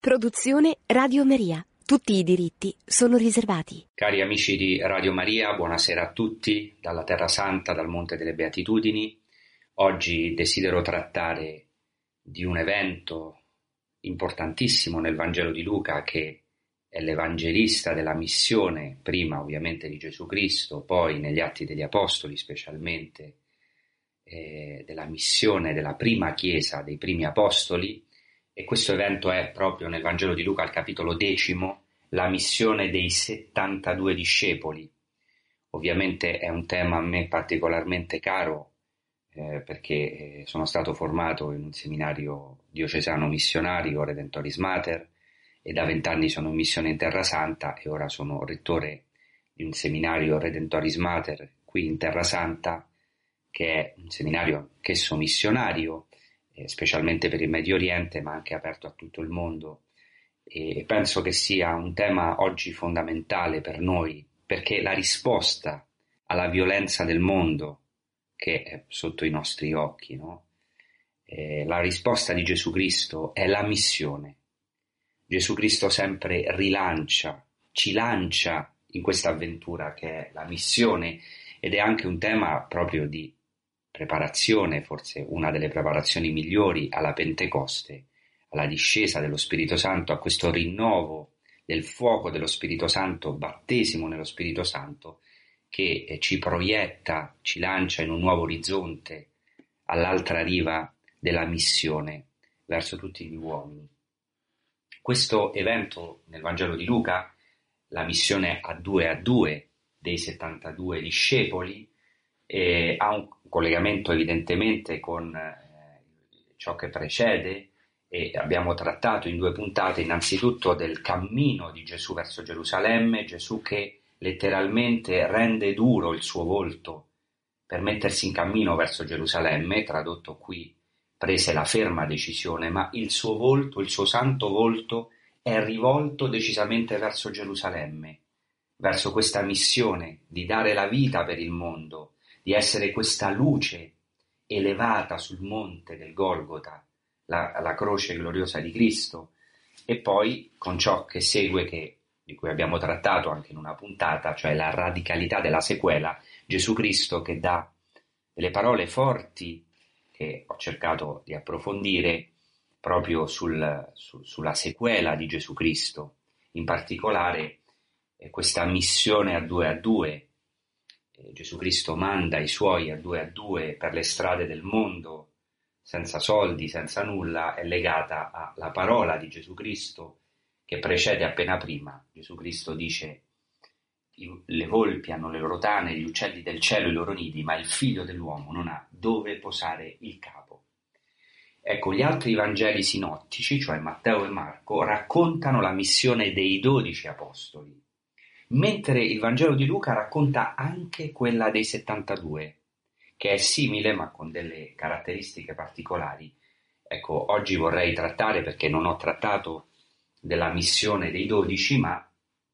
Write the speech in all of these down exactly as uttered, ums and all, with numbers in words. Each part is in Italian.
Produzione Radio Maria. Tutti i diritti sono riservati. Cari amici di Radio Maria, buonasera a tutti dalla Terra Santa, dal Monte delle Beatitudini. Oggi desidero trattare di un evento importantissimo nel Vangelo di Luca, che è l'evangelista della missione, prima ovviamente di Gesù Cristo, poi negli Atti degli Apostoli specialmente, eh, della missione della prima Chiesa, dei primi Apostoli. E questo evento è proprio nel Vangelo di Luca, al capitolo decimo, la missione dei settantadue discepoli. Ovviamente è un tema a me particolarmente caro, eh, perché eh, sono stato formato in un seminario diocesano missionario, Redentoris Mater, e da vent'anni sono in missione in Terra Santa e ora sono rettore di un seminario Redentoris Mater qui in Terra Santa, che è un seminario anch'esso missionario, specialmente per il Medio Oriente, ma anche aperto a tutto il mondo. E penso che sia un tema oggi fondamentale per noi, perché la risposta alla violenza del mondo che è sotto i nostri occhi, no? Eh, la risposta di Gesù Cristo è la missione. Gesù Cristo sempre rilancia, ci lancia in questa avventura che è la missione, ed è anche un tema proprio di preparazione, forse una delle preparazioni migliori alla Pentecoste, alla discesa dello Spirito Santo, a questo rinnovo del fuoco dello Spirito Santo, battesimo nello Spirito Santo, che eh, ci proietta, ci lancia in un nuovo orizzonte all'altra riva della missione verso tutti gli uomini. Questo evento nel Vangelo di Luca, la missione a due a due dei settantadue discepoli, eh, ha un collegamento evidentemente con eh, ciò che precede, e abbiamo trattato in due puntate innanzitutto del cammino di Gesù verso Gerusalemme, Gesù che letteralmente rende duro il suo volto per mettersi in cammino verso Gerusalemme, tradotto qui prese la ferma decisione, ma il suo volto, il suo santo volto è rivolto decisamente verso Gerusalemme, verso questa missione di dare la vita per il mondo, di essere questa luce elevata sul monte del Golgota, la, la croce gloriosa di Cristo, e poi con ciò che segue, che, di cui abbiamo trattato anche in una puntata, cioè la radicalità della sequela, Gesù Cristo che dà delle parole forti che ho cercato di approfondire proprio sul, su, sulla sequela di Gesù Cristo, in particolare eh, questa missione a due a due. Gesù Cristo manda i suoi a due a due per le strade del mondo, senza soldi, senza nulla, è legata alla parola di Gesù Cristo che precede appena prima. Gesù Cristo dice: le volpi hanno le loro tane, gli uccelli del cielo i loro nidi, ma il figlio dell'uomo non ha dove posare il capo. Ecco, gli altri Vangeli sinottici, cioè Matteo e Marco, raccontano la missione dei dodici apostoli, mentre il Vangelo di Luca racconta anche quella dei settantadue, che è simile ma con delle caratteristiche particolari. Ecco, oggi vorrei trattare, perché non ho trattato della missione dei dodici, ma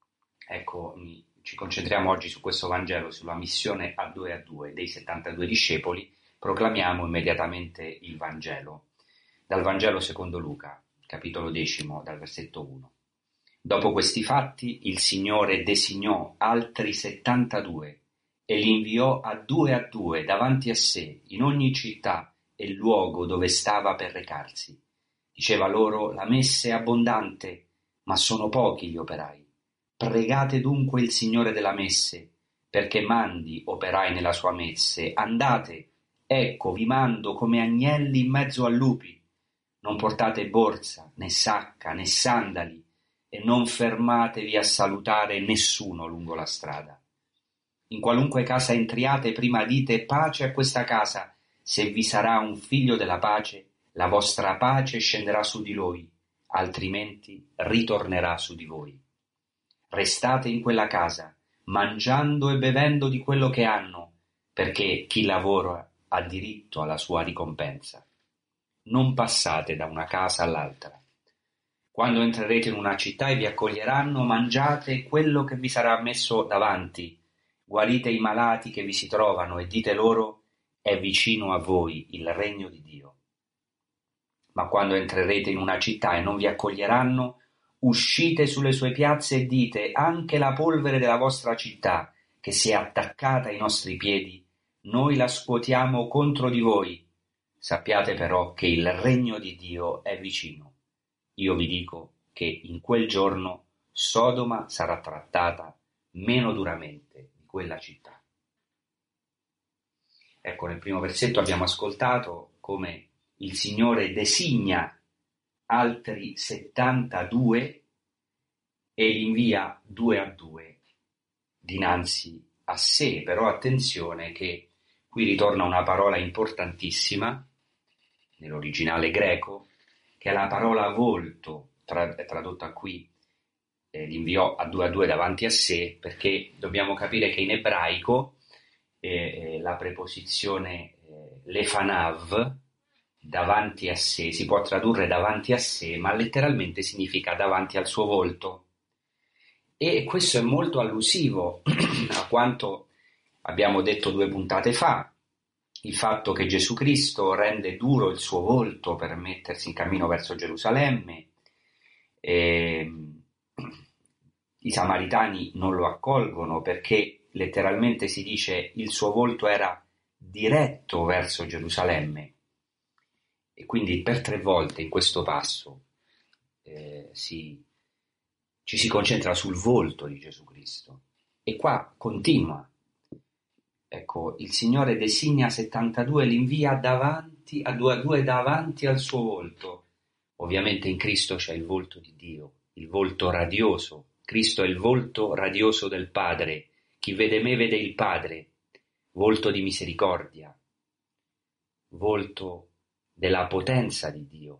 ecco, mi, ci concentriamo oggi su questo Vangelo, sulla missione a due a due dei settantadue discepoli. Proclamiamo immediatamente il Vangelo. Dal Vangelo secondo Luca, capitolo decimo, dal versetto uno. Dopo questi fatti il Signore designò altri settantadue e li inviò a due a due davanti a sé in ogni città e luogo dove stava per recarsi. Diceva loro: la messe è abbondante, ma sono pochi gli operai. Pregate dunque il Signore della messe, perché mandi operai nella sua messe. Andate, ecco vi mando come agnelli in mezzo a lupi. Non portate borsa, né sacca, né sandali, e non fermatevi a salutare nessuno lungo la strada. In qualunque casa entriate, prima dite: pace a questa casa. Se vi sarà un figlio della pace, la vostra pace scenderà su di lui, altrimenti ritornerà su di voi. Restate in quella casa, mangiando e bevendo di quello che hanno, perché chi lavora ha diritto alla sua ricompensa. Non passate da una casa all'altra. Quando entrerete in una città e vi accoglieranno, mangiate quello che vi sarà messo davanti, guarite i malati che vi si trovano e dite loro: è vicino a voi il regno di Dio. Ma quando entrerete in una città e non vi accoglieranno, uscite sulle sue piazze e dite: anche la polvere della vostra città, che si è attaccata ai nostri piedi, noi la scuotiamo contro di voi. Sappiate però che il regno di Dio è vicino. Io vi dico che in quel giorno Sodoma sarà trattata meno duramente di quella città. Ecco, nel primo versetto abbiamo ascoltato come il Signore designa altri settantadue e li invia due a due dinanzi a sé. Però attenzione che qui ritorna una parola importantissima nell'originale greco, che è la parola volto, tra, tradotta qui, eh, li inviò a due a due davanti a sé, perché dobbiamo capire che in ebraico eh, eh, la preposizione eh, lefanav, davanti a sé, si può tradurre davanti a sé, ma letteralmente significa davanti al suo volto. E questo è molto allusivo a quanto abbiamo detto due puntate fa, il fatto che Gesù Cristo rende duro il suo volto per mettersi in cammino verso Gerusalemme, e i samaritani non lo accolgono perché letteralmente si dice il suo volto era diretto verso Gerusalemme, e quindi per tre volte in questo passo eh, si, ci si concentra sul volto di Gesù Cristo, e qua continua. Ecco, il Signore designa settantadue e li invia davanti a due a due davanti al suo volto. Ovviamente in Cristo c'è il volto di Dio, il volto radioso. Cristo è il volto radioso del Padre. Chi vede me vede il Padre. Volto di misericordia, volto della potenza di Dio.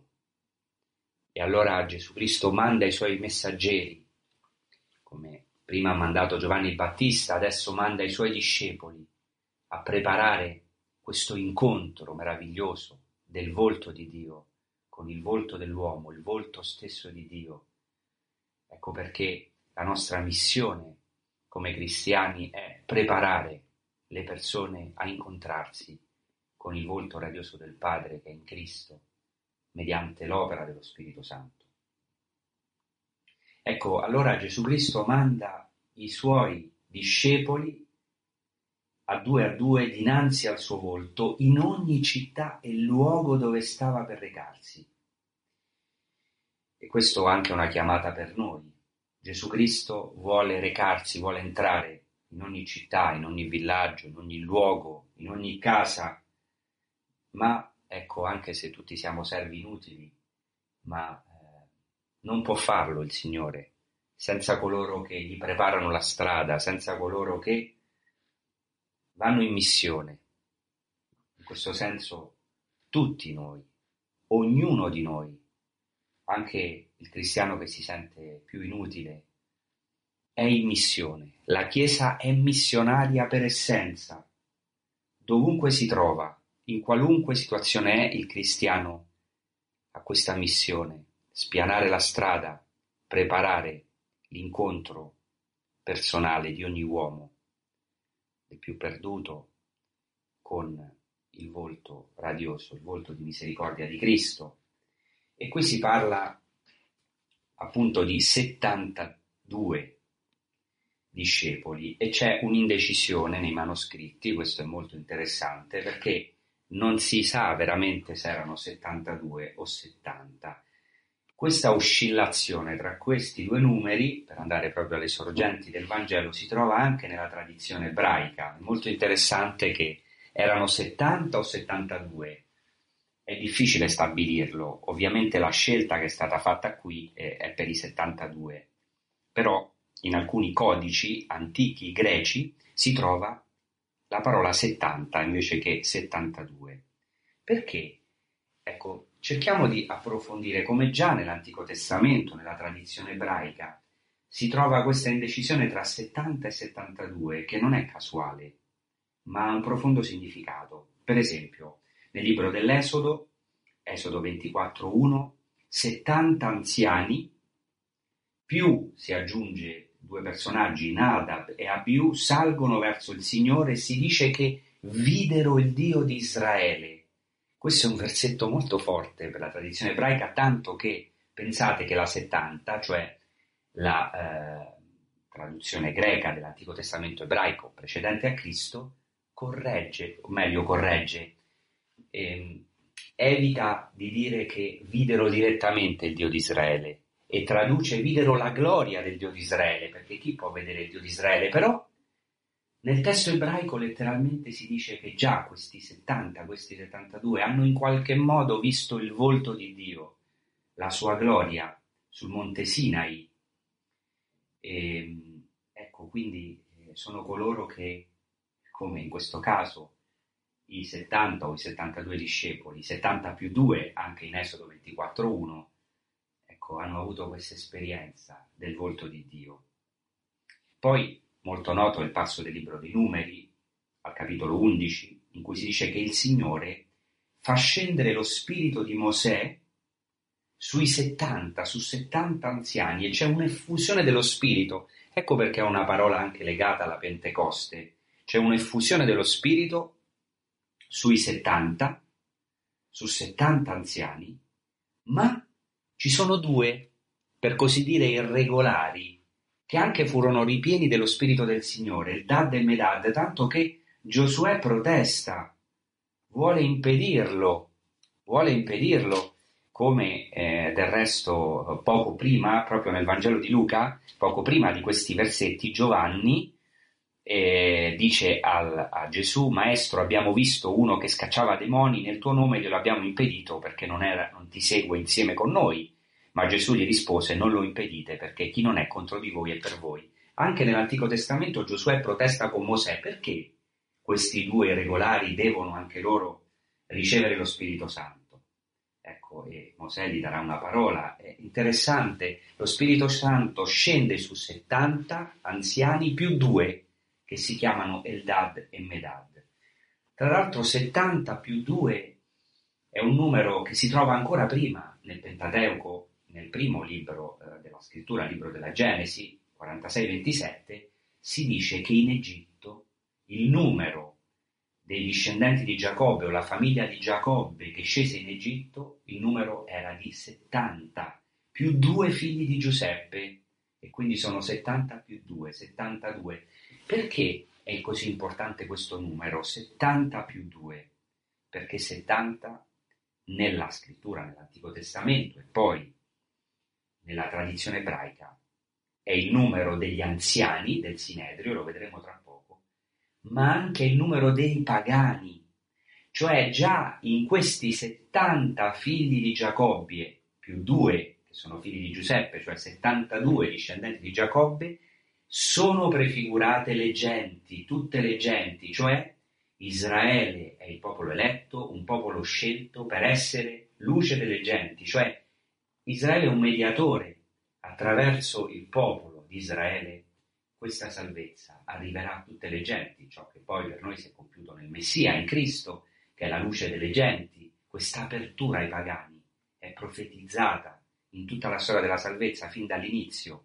E allora Gesù Cristo manda i suoi messaggeri, come prima ha mandato Giovanni il Battista, adesso manda i suoi discepoli a preparare questo incontro meraviglioso del volto di Dio con il volto dell'uomo, il volto stesso di Dio. Ecco perché la nostra missione come cristiani è preparare le persone a incontrarsi con il volto radioso del Padre che è in Cristo, mediante l'opera dello Spirito Santo. Ecco, allora Gesù Cristo manda i suoi discepoli a due a due dinanzi al suo volto in ogni città e luogo dove stava per recarsi. E questo è anche una chiamata per noi. Gesù Cristo vuole recarsi, vuole entrare in ogni città, in ogni villaggio, in ogni luogo, in ogni casa, ma ecco, anche se tutti siamo servi inutili, ma eh, non può farlo il Signore senza coloro che gli preparano la strada, senza coloro che vanno in missione. In questo senso tutti noi, ognuno di noi, anche il cristiano che si sente più inutile, è in missione. La Chiesa è missionaria per essenza. Dovunque si trova, in qualunque situazione è, il cristiano ha questa missione: spianare la strada, preparare l'incontro personale di ogni uomo, del più perduto, con il volto radioso, il volto di misericordia di Cristo. E qui si parla appunto di settantadue discepoli e c'è un'indecisione nei manoscritti. Questo è molto interessante perché non si sa veramente se erano settantadue o settanta. Questa oscillazione tra questi due numeri, per andare proprio alle sorgenti del Vangelo, si trova anche nella tradizione ebraica. È molto interessante che erano settanta o settantadue. È difficile stabilirlo. Ovviamente la scelta che è stata fatta qui è, è per i settantadue. Però in alcuni codici antichi greci si trova la parola settanta invece che settantadue. Perché? Ecco, cerchiamo di approfondire come già nell'Antico Testamento, nella tradizione ebraica, si trova questa indecisione tra settanta e settantadue che non è casuale, ma ha un profondo significato. Per esempio, nel libro dell'Esodo, Esodo ventiquattro uno, settanta anziani, più si aggiunge due personaggi, Nadab e Abiù, salgono verso il Signore e si dice che videro il Dio di Israele, Questo è un versetto molto forte per la tradizione ebraica, tanto che pensate che la settanta, cioè la eh, traduzione greca dell'Antico Testamento ebraico precedente a Cristo, corregge, o meglio corregge, ehm, evita di dire che videro direttamente il Dio di Israele e traduce videro la gloria del Dio di Israele, perché chi può vedere il Dio di Israele? Però nel testo ebraico letteralmente si dice che già questi settanta, questi settantadue hanno in qualche modo visto il volto di Dio, la sua gloria sul monte Sinai. E, ecco, quindi eh, sono coloro che, come in questo caso, i settanta o i settantadue discepoli, i settanta più due anche in Esodo ventiquattro uno, ecco, hanno avuto questa esperienza del volto di Dio. Poi, molto noto è il passo del libro dei Numeri, al capitolo undici, in cui si dice che il Signore fa scendere lo spirito di Mosè sui settanta, su settanta anziani, e c'è un'effusione dello spirito. Ecco perché è una parola anche legata alla Pentecoste. C'è un'effusione dello spirito sui settanta, su settanta anziani, ma ci sono due, per così dire, irregolari, che anche furono ripieni dello spirito del Signore, il Dad e Medad, tanto che Giosuè protesta, vuole impedirlo, vuole impedirlo, come eh, del resto poco prima, proprio nel Vangelo di Luca, poco prima di questi versetti, Giovanni eh, dice al, a Gesù: Maestro, abbiamo visto uno che scacciava demoni nel tuo nome, glielo abbiamo impedito perché non, era, non ti segue insieme con noi. Ma Gesù gli rispose: non lo impedite, perché chi non è contro di voi è per voi. Anche nell'Antico Testamento Giosuè protesta con Mosè: perché questi due irregolari devono anche loro ricevere lo Spirito Santo? Ecco, e Mosè gli darà una parola. È interessante, lo Spirito Santo scende su settanta anziani più due che si chiamano Eldad e Medad. Tra l'altro settanta più due è un numero che si trova ancora prima nel Pentateuco, nel primo libro eh, della scrittura, libro della Genesi, quarantasei ventisette, si dice che in Egitto il numero dei discendenti di Giacobbe o la famiglia di Giacobbe che scese in Egitto, il numero era di settanta, più due figli di Giuseppe, e quindi sono settanta più due, settantadue. Perché è così importante questo numero, settanta più due? Perché settanta nella scrittura, nell'Antico Testamento e poi nella tradizione ebraica è il numero degli anziani del Sinedrio, lo vedremo tra poco, ma anche il numero dei pagani, cioè già in questi settanta figli di Giacobbe più due che sono figli di Giuseppe, cioè settantadue discendenti di Giacobbe, sono prefigurate le genti, tutte le genti, cioè Israele è il popolo eletto, un popolo scelto per essere luce delle genti, cioè Israele è un mediatore, attraverso il popolo di Israele questa salvezza arriverà a tutte le genti, ciò che poi per noi si è compiuto nel Messia, in Cristo, che è la luce delle genti. Questa apertura ai pagani è profetizzata in tutta la storia della salvezza fin dall'inizio.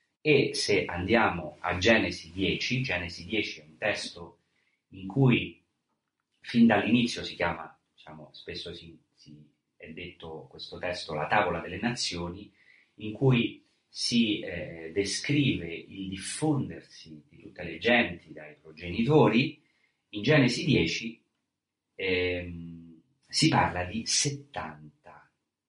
E se andiamo a Genesi dieci, Genesi dieci è un testo in cui fin dall'inizio si chiama, diciamo, spesso si, si è detto questo testo la tavola delle nazioni, in cui si eh, descrive il diffondersi di tutte le genti dai progenitori. In Genesi dieci ehm, si parla di settanta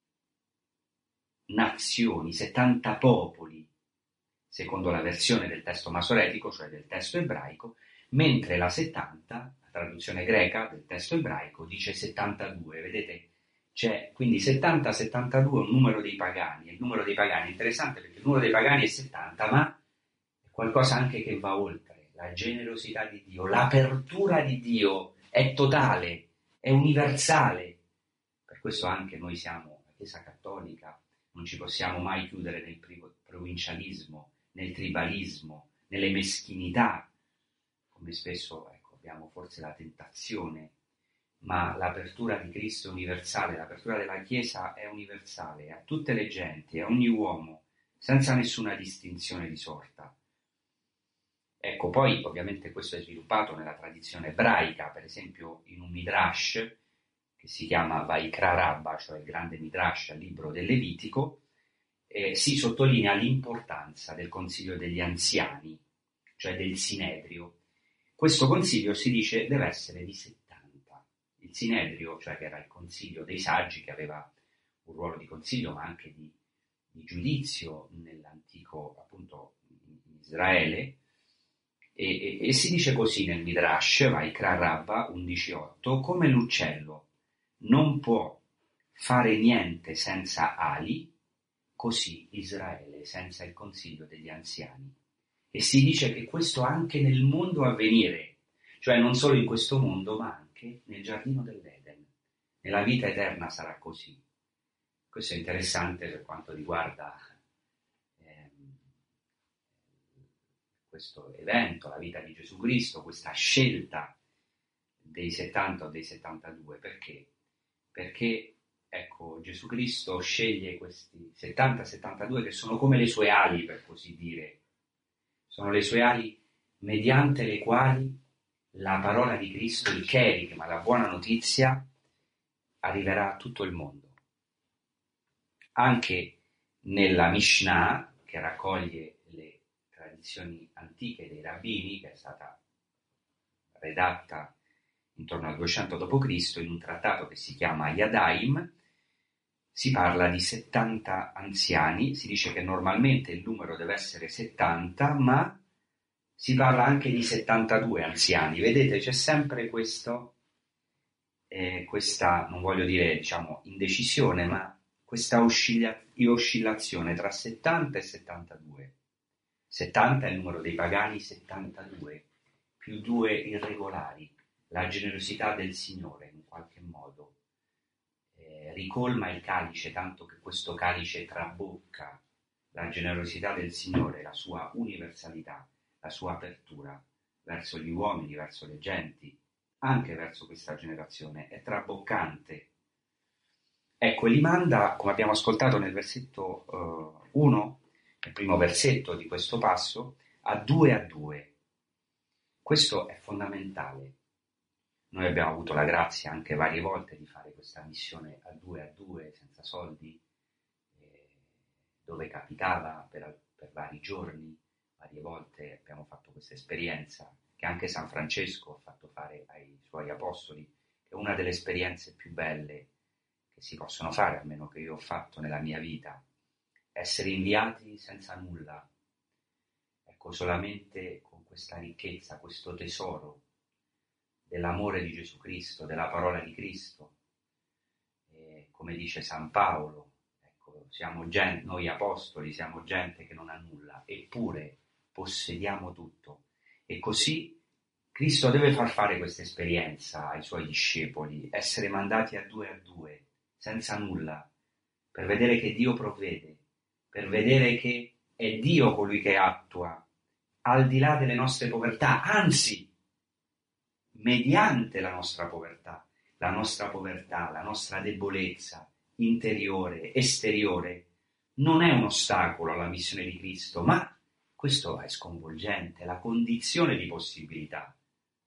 nazioni, settanta popoli, secondo la versione del testo masoretico, cioè del testo ebraico, mentre la settanta, la traduzione greca del testo ebraico, dice settantadue, vedete? C'è quindi settanta settantadue, un numero dei pagani. Il numero dei pagani è interessante perché il numero dei pagani è settanta, ma è qualcosa anche che va oltre. La generosità di Dio, l'apertura di Dio è totale, è universale. Per questo anche noi siamo la Chiesa Cattolica, non ci possiamo mai chiudere nel provincialismo, nel tribalismo, nelle meschinità, come spesso ecco, abbiamo forse la tentazione. Ma l'apertura di Cristo è universale, l'apertura della Chiesa è universale, a tutte le genti, a ogni uomo, senza nessuna distinzione di sorta. Ecco, poi ovviamente questo è sviluppato nella tradizione ebraica, per esempio in un midrash, che si chiama Vaikra Rabba, cioè il grande Midrash, il libro del Levitico, eh, si sottolinea l'importanza del Consiglio degli Anziani, cioè del Sinedrio. Questo consiglio, si dice, deve essere di settanta. Il Sinedrio, cioè che era il consiglio dei saggi, che aveva un ruolo di consiglio ma anche di, di giudizio nell'antico, appunto, in Israele, e, e, e si dice così nel Midrash, Vaikra Rabba undici otto, come l'uccello non può fare niente senza ali, così Israele senza il consiglio degli anziani. E si dice che questo anche nel mondo a venire, cioè non solo in questo mondo, ma anche nel giardino dell'Eden. Nella vita eterna sarà così. Questo è interessante per quanto riguarda ehm, questo evento, la vita di Gesù Cristo, questa scelta dei settanta o dei settantadue. Perché? Perché, ecco, Gesù Cristo sceglie questi settanta settantadue che sono come le sue ali, per così dire. Sono le sue ali mediante le quali la parola di Cristo, il Kerigma, la buona notizia, arriverà a tutto il mondo. Anche nella Mishnah, che raccoglie le tradizioni antiche dei rabbini, che è stata redatta intorno al duecento dopo Cristo, in un trattato che si chiama Yadaim, si parla di settanta anziani. Si dice che normalmente il numero deve essere settanta, ma si parla anche di settantadue anziani. Vedete, c'è sempre questo, eh, questa, non voglio dire, diciamo, indecisione, ma questa oscilla- oscillazione tra settanta e settantadue. settanta è il numero dei pagani, settantadue più due irregolari. La generosità del Signore, in qualche modo, eh, ricolma il calice, tanto che questo calice trabocca la generosità del Signore, la sua universalità, la sua apertura verso gli uomini, verso le genti, anche verso questa generazione. È traboccante. Ecco, li manda, come abbiamo ascoltato nel versetto uno, il primo versetto di questo passo, a due a due. Questo è fondamentale. Noi abbiamo avuto la grazia anche varie volte di fare questa missione a due a due, senza soldi, eh, dove capitava per, per vari giorni. Varie volte abbiamo fatto questa esperienza che anche San Francesco ha fatto fare ai suoi apostoli, che è una delle esperienze più belle che si possono fare, almeno che io ho fatto nella mia vita. Essere inviati senza nulla, ecco, solamente con questa ricchezza, questo tesoro dell'amore di Gesù Cristo, della parola di Cristo. E come dice San Paolo, ecco, siamo gente, noi apostoli siamo gente che non ha nulla, eppure possediamo tutto. E così Cristo deve far fare questa esperienza ai suoi discepoli, essere mandati a due a due, senza nulla, per vedere che Dio provvede, per vedere che è Dio colui che attua, al di là delle nostre povertà, anzi, mediante la nostra povertà, la nostra povertà, la nostra debolezza interiore, esteriore, non è un ostacolo alla missione di Cristo, ma questo è sconvolgente, la condizione di possibilità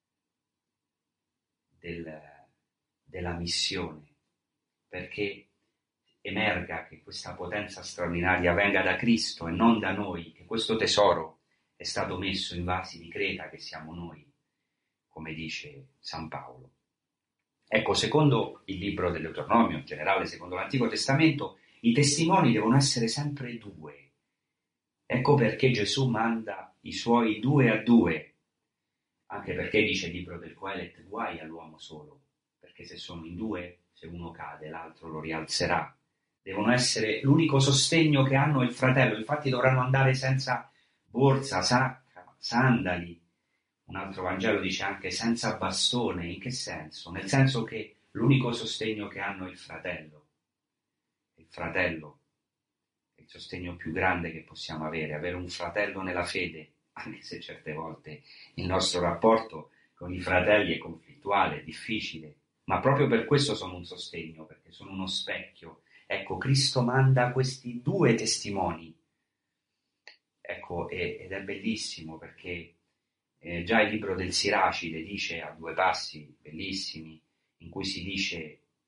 del, della missione, perché emerga che questa potenza straordinaria venga da Cristo e non da noi, che questo tesoro è stato messo in vasi di creta che siamo noi, come dice San Paolo. Ecco, secondo il libro del Deuteronomio, in generale secondo l'Antico Testamento, i testimoni devono essere sempre due. Ecco perché Gesù manda i suoi due a due, anche perché dice il libro del Coelet, guai all'uomo solo, perché se sono in due, se uno cade, l'altro lo rialzerà. Devono essere l'unico sostegno che hanno il fratello, infatti dovranno andare senza borsa, sacca, sandali. Un altro Vangelo dice anche senza bastone. In che senso? Nel senso che l'unico sostegno che hanno è il fratello. Il fratello è il sostegno più grande che possiamo avere, avere un fratello nella fede, anche se certe volte il nostro rapporto con i fratelli è conflittuale, difficile, ma proprio per questo sono un sostegno, perché sono uno specchio. Ecco, Cristo manda questi due testimoni. Ecco, ed è bellissimo perché eh, già il libro del Siracide dice a due passi bellissimi, in cui si dice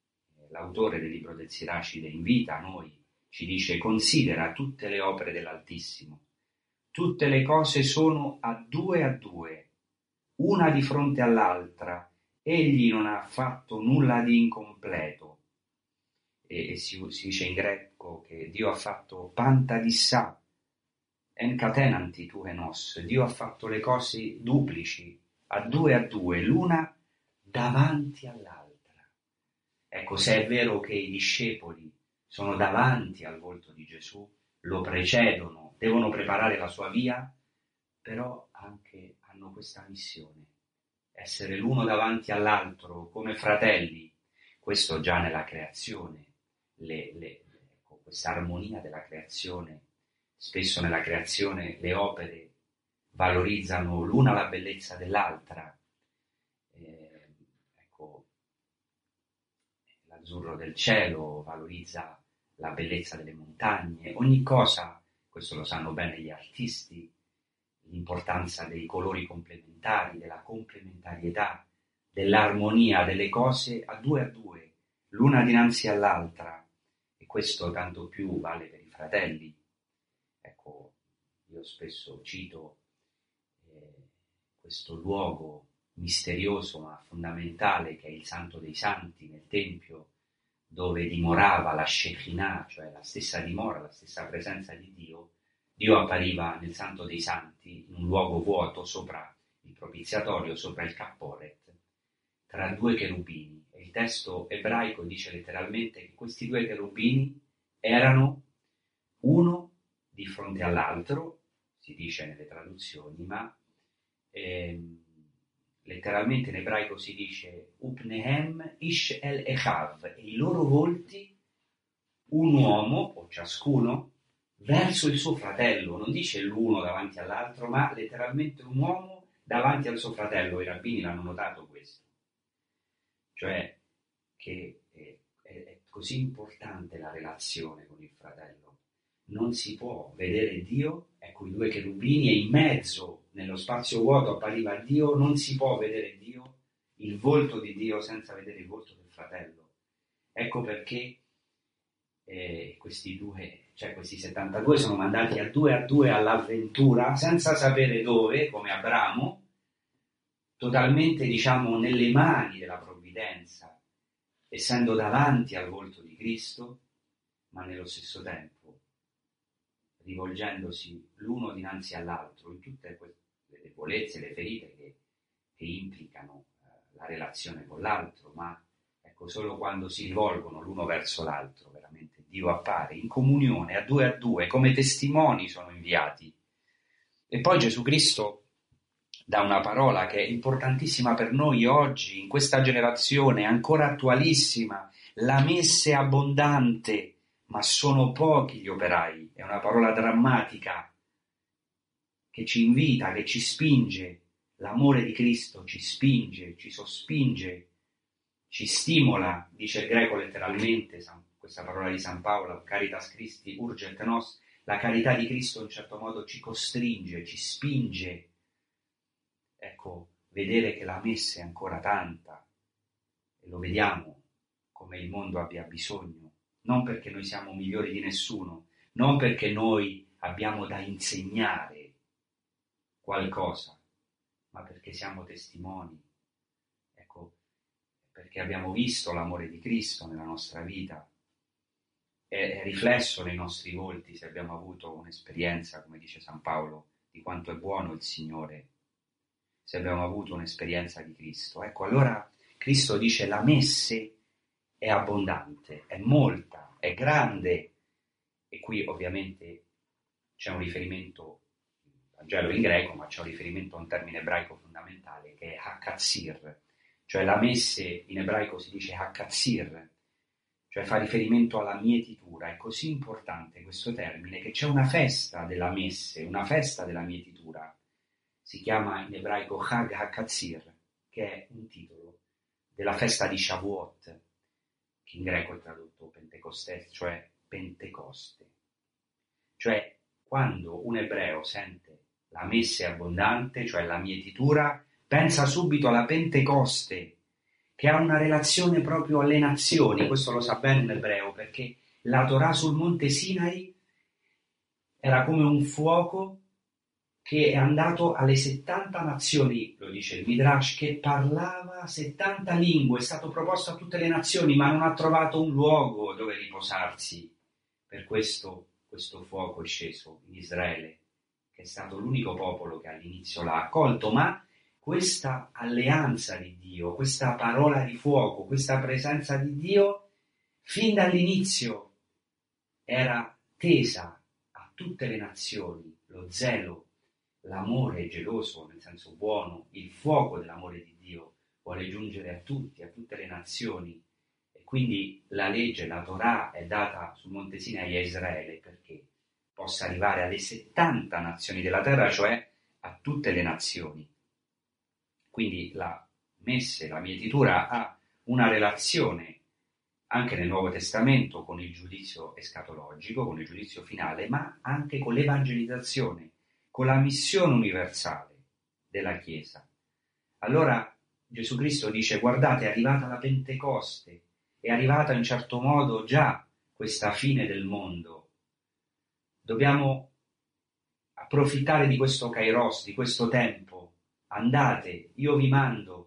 l'autore del libro del Siracide invita a noi, ci dice: considera tutte le opere dell'Altissimo, tutte le cose sono a due a due, una di fronte all'altra, egli non ha fatto nulla di incompleto. E, e si, si dice in greco che Dio ha fatto panta dissà, encatenanti tu enos, Dio ha fatto le cose duplici, a due a due, l'una davanti all'altra. Ecco, se è vero che i discepoli sono davanti al volto di Gesù, lo precedono, devono preparare la sua via, però anche hanno questa missione, essere l'uno davanti all'altro come fratelli. Questo già nella creazione, le, le, ecco, questa armonia della creazione. Spesso nella creazione le opere valorizzano l'una la bellezza dell'altra. Eh, ecco, l'azzurro del cielo valorizza la bellezza delle montagne. Ogni cosa, questo lo sanno bene gli artisti, l'importanza dei colori complementari, della complementarietà, dell'armonia delle cose a due a due, l'una dinanzi all'altra. E questo tanto più vale per i fratelli. Ecco, io spesso cito eh, questo luogo misterioso ma fondamentale che è il Santo dei Santi nel Tempio, dove dimorava la Shekinah, cioè la stessa dimora, la stessa presenza di Dio. Dio appariva nel Santo dei Santi in un luogo vuoto sopra il propiziatorio, sopra il Capporet, tra due cherubini. E il testo ebraico dice letteralmente che questi due cherubini erano uno di fronte all'altro, si dice nelle traduzioni, ma ehm, letteralmente in ebraico si dice Upnehem ish el echav, e i loro volti, un uomo, o ciascuno, verso il suo fratello. Non dice l'uno davanti all'altro, ma letteralmente un uomo davanti al suo fratello. I rabbini l'hanno notato questo. Cioè che è, è, è così importante la relazione con il fratello. Non si può vedere Dio, ecco i due cherubini, e in mezzo, nello spazio vuoto, appariva Dio. Non si può vedere Dio, il volto di Dio, senza vedere il volto del fratello. Ecco perché eh, questi due, cioè questi settantadue sono mandati a due a due all'avventura, senza sapere dove, come Abramo, totalmente, diciamo, nelle mani della provvidenza, essendo davanti al volto di Cristo, ma nello stesso tempo rivolgendosi l'uno dinanzi all'altro in tutte le debolezze, le ferite che, che implicano eh, la relazione con l'altro, ma ecco, solo quando si rivolgono l'uno verso l'altro veramente Dio appare in comunione, a due a due, come testimoni sono inviati. E poi Gesù Cristo dà una parola che è importantissima per noi oggi, in questa generazione, ancora attualissima: la messe abbondante, ma sono pochi gli operai. È una parola drammatica che ci invita, che ci spinge. L'amore di Cristo ci spinge, ci sospinge, ci stimola, dice il greco letteralmente, questa parola di San Paolo, caritas Christi urget nos, la carità di Cristo in un certo modo ci costringe, ci spinge. Ecco, vedere che la messe è ancora tanta, e lo vediamo come il mondo abbia bisogno, non perché noi siamo migliori di nessuno, non perché noi abbiamo da insegnare qualcosa, ma perché siamo testimoni. Ecco, perché abbiamo visto l'amore di Cristo nella nostra vita, è, è riflesso nei nostri volti se abbiamo avuto un'esperienza, come dice San Paolo, di quanto è buono il Signore, se abbiamo avuto un'esperienza di Cristo. Ecco, allora Cristo dice: la messe è abbondante, è molta, è grande. E qui ovviamente c'è un riferimento, il Vangelo in greco, ma c'è un riferimento a un termine ebraico fondamentale che è hakatzir, cioè la messe in ebraico si dice hakatzir, cioè fa riferimento alla mietitura. È così importante questo termine che c'è una festa della messe, una festa della mietitura. Si chiama in ebraico Hag HaKatzir, che è un titolo della festa di Shavuot, che in greco è tradotto Pentecoste, cioè Pentecoste. Cioè, quando un ebreo sente la messe abbondante, cioè la mietitura, pensa subito alla Pentecoste, che ha una relazione proprio alle nazioni. Questo lo sa bene un ebreo, perché la Torah sul monte Sinai era come un fuoco che è andato alle settanta nazioni, lo dice il Midrash, che parlava settanta lingue, è stato proposto a tutte le nazioni, ma non ha trovato un luogo dove riposarsi. Per questo questo fuoco è sceso in Israele, che è stato l'unico popolo che all'inizio l'ha accolto, ma questa alleanza di Dio, questa parola di fuoco, questa presenza di Dio, fin dall'inizio era tesa a tutte le nazioni, lo zelo, l'amore geloso, nel senso buono, il fuoco dell'amore di Dio vuole giungere a tutti, a tutte le nazioni, e quindi la legge, la Torah è data sul Monte Sinai a Israele perché possa arrivare alle settanta nazioni della terra, cioè a tutte le nazioni. Quindi la messe, la mietitura ha una relazione anche nel Nuovo Testamento con il giudizio escatologico, con il giudizio finale, ma anche con l'evangelizzazione, con la missione universale della Chiesa. Allora Gesù Cristo dice: guardate, è arrivata la Pentecoste, è arrivata in certo modo già questa fine del mondo. Dobbiamo approfittare di questo kairos, di questo tempo. Andate, io vi mando.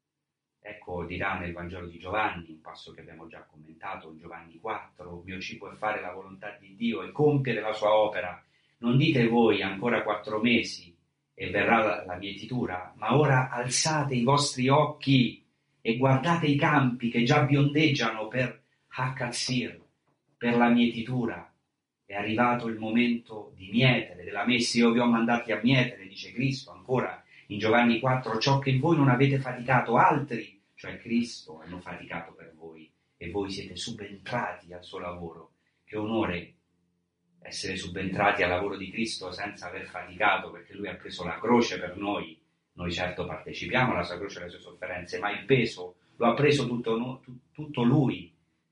Ecco, dirà nel Vangelo di Giovanni, un passo che abbiamo già commentato, in Giovanni quattro, il mio cibo è fare la volontà di Dio e compiere la sua opera. Non dite voi ancora quattro mesi e verrà la, la mietitura, ma ora alzate i vostri occhi e guardate i campi che già biondeggiano per Hakatzir, per la mietitura. È arrivato il momento di mietere, della messa. Io vi ho mandati a mietere, dice Cristo ancora in Giovanni quattro, ciò che voi non avete faticato, altri, cioè Cristo, hanno faticato per voi e voi siete subentrati al suo lavoro. Che onore essere subentrati al lavoro di Cristo senza aver faticato, perché Lui ha preso la croce per noi. Noi certo partecipiamo alla sua croce e alle sue sofferenze, ma il peso lo ha preso tutto, no, tutto Lui,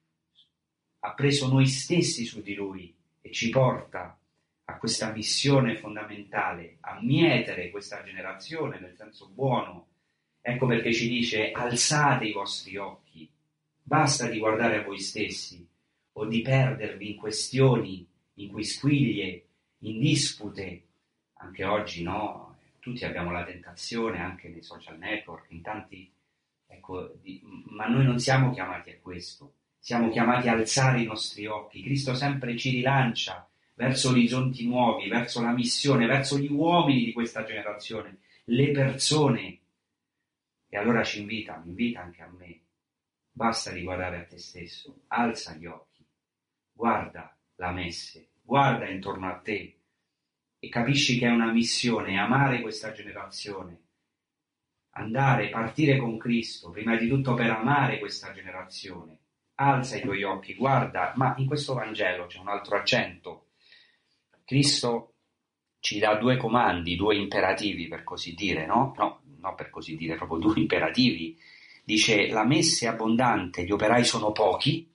ha preso noi stessi su di Lui e ci porta a questa missione fondamentale, a mietere questa generazione nel senso buono. Ecco perché ci dice: alzate i vostri occhi, basta di guardare a voi stessi o di perdervi in questioni, in quisquiglie, in dispute. Anche oggi, no? Tutti abbiamo la tentazione, anche nei social network, in tanti, ecco, di, ma noi non siamo chiamati a questo, siamo chiamati a alzare i nostri occhi. Cristo sempre ci rilancia verso orizzonti nuovi, verso la missione, verso gli uomini di questa generazione, le persone. E allora ci invita, mi invita anche a me. Basta di guardare a te stesso, alza gli occhi, guarda la messe, guarda intorno a te e capisci che è una missione, amare questa generazione, andare, partire con Cristo, prima di tutto per amare questa generazione. Alza i tuoi occhi, guarda, ma in questo Vangelo c'è un altro accento. Cristo ci dà due comandi, due imperativi per così dire, no? No, no per così dire, proprio due imperativi. Dice: la messe è abbondante, gli operai sono pochi,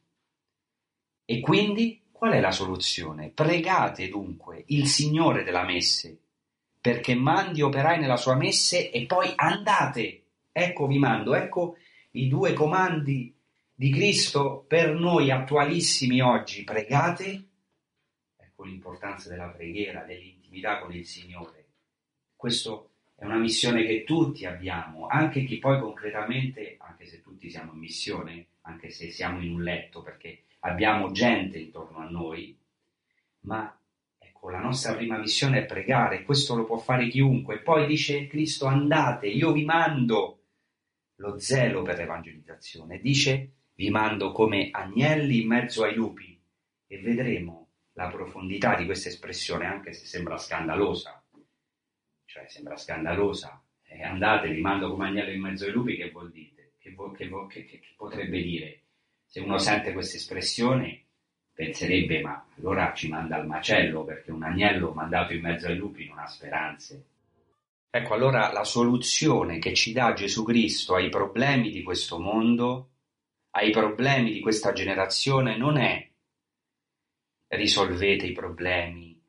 e quindi qual è la soluzione? Pregate dunque il Signore della messe perché mandi operai nella sua messe e poi andate. Ecco vi mando, ecco i due comandi di Cristo per noi attualissimi oggi. Pregate, ecco l'importanza della preghiera, dell'intimità con il Signore. Questo è una missione che tutti abbiamo, anche chi poi concretamente, anche se tutti siamo in missione, anche se siamo in un letto, perché abbiamo gente intorno a noi, ma ecco, la nostra prima missione è pregare, questo lo può fare chiunque. Poi dice Cristo: andate, io vi mando lo zelo per l'evangelizzazione, dice: vi mando come agnelli in mezzo ai lupi, e vedremo la profondità di questa espressione, anche se sembra scandalosa. Cioè sembra scandalosa, eh, andate, vi mando come agnello in mezzo ai lupi, che vuol dire? Che, vo- che, vo- che, che, che potrebbe dire? Se uno sente questa espressione penserebbe: ma allora ci manda al macello, perché un agnello mandato in mezzo ai lupi non ha speranze. Ecco, allora la soluzione che ci dà Gesù Cristo ai problemi di questo mondo, ai problemi di questa generazione, non è risolvete i problemi,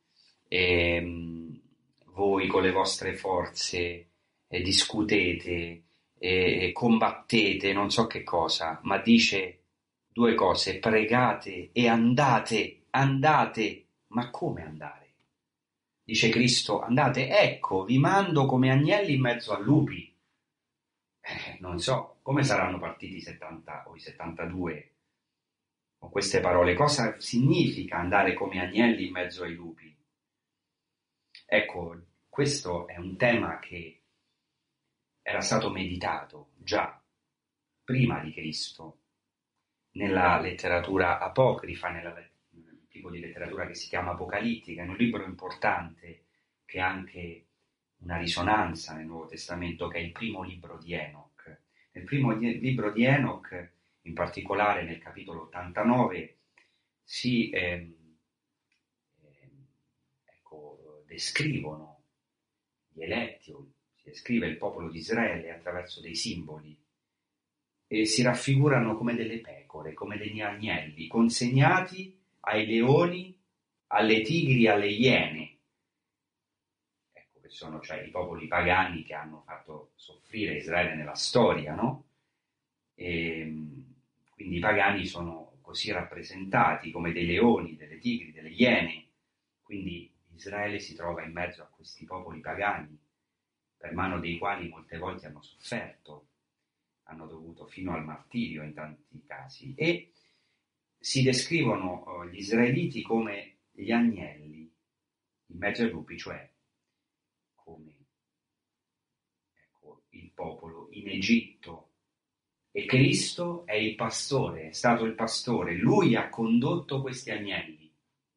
ehm, voi con le vostre forze eh, discutete, e combattete, non so che cosa, ma dice due cose: pregate e andate, andate. Ma come andare? Dice Cristo: andate, ecco, vi mando come agnelli in mezzo a lupi. Eh, non so come saranno partiti i settanta o i settantadue con queste parole. Cosa significa andare come agnelli in mezzo ai lupi? Ecco, questo è un tema che era stato meditato già prima di Cristo nella letteratura apocrifa, nella, nel tipo di letteratura che si chiama apocalittica, in un libro importante che ha anche una risonanza nel Nuovo Testamento, che è il primo libro di Enoch. Nel primo di, libro di Enoch, in particolare nel capitolo ottantanove, si ehm, ehm, ecco, descrivono gli eletti, si descrive il popolo di Israele attraverso dei simboli e si raffigurano come delle pecore, come degli agnelli, consegnati ai leoni, alle tigri, alle iene. Ecco, che sono cioè i popoli pagani che hanno fatto soffrire Israele nella storia, no? E quindi i pagani sono così rappresentati come dei leoni, delle tigri, delle iene. Quindi Israele si trova in mezzo a questi popoli pagani, per mano dei quali molte volte hanno sofferto, hanno dovuto fino al martirio in tanti casi, e si descrivono gli israeliti come gli agnelli in mezzo ai lupi, cioè come ecco, il popolo in Egitto. E Cristo è il pastore, è stato il pastore, lui ha condotto questi agnelli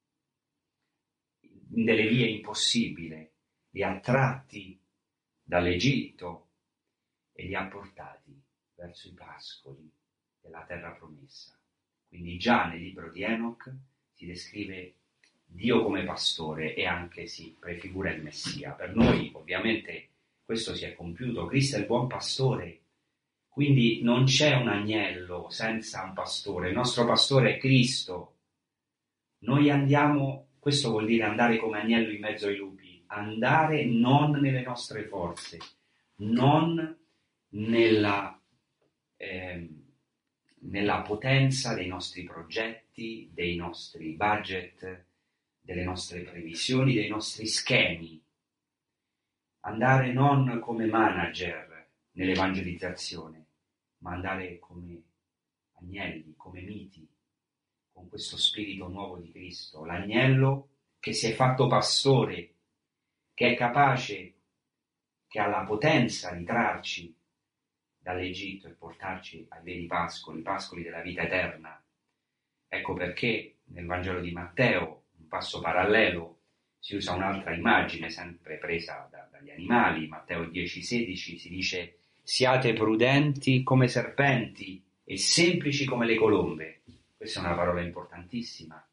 in delle vie impossibili, li ha tratti dall'Egitto e li ha portati verso i pascoli della terra promessa. Quindi già nel libro di Enoch si descrive Dio come pastore e anche si prefigura il Messia. Per noi ovviamente questo si è compiuto, Cristo è il buon pastore, quindi non c'è un agnello senza un pastore, il nostro pastore è Cristo. Noi andiamo, questo vuol dire andare come agnello in mezzo ai lupi, andare non nelle nostre forze, non nella, eh, nella potenza dei nostri progetti, dei nostri budget, delle nostre previsioni, dei nostri schemi. Andare non come manager nell'evangelizzazione, ma andare come agnelli, come miti, con questo spirito nuovo di Cristo, l'agnello che si è fatto pastore, che è capace, che ha la potenza di trarci dall'Egitto e portarci ai veri pascoli, i pascoli della vita eterna. Ecco perché nel Vangelo di Matteo, un passo parallelo, si usa un'altra immagine sempre presa da, dagli animali. Matteo dieci sedici si dice: siate prudenti come serpenti e semplici come le colombe. Questa è una parola importantissima.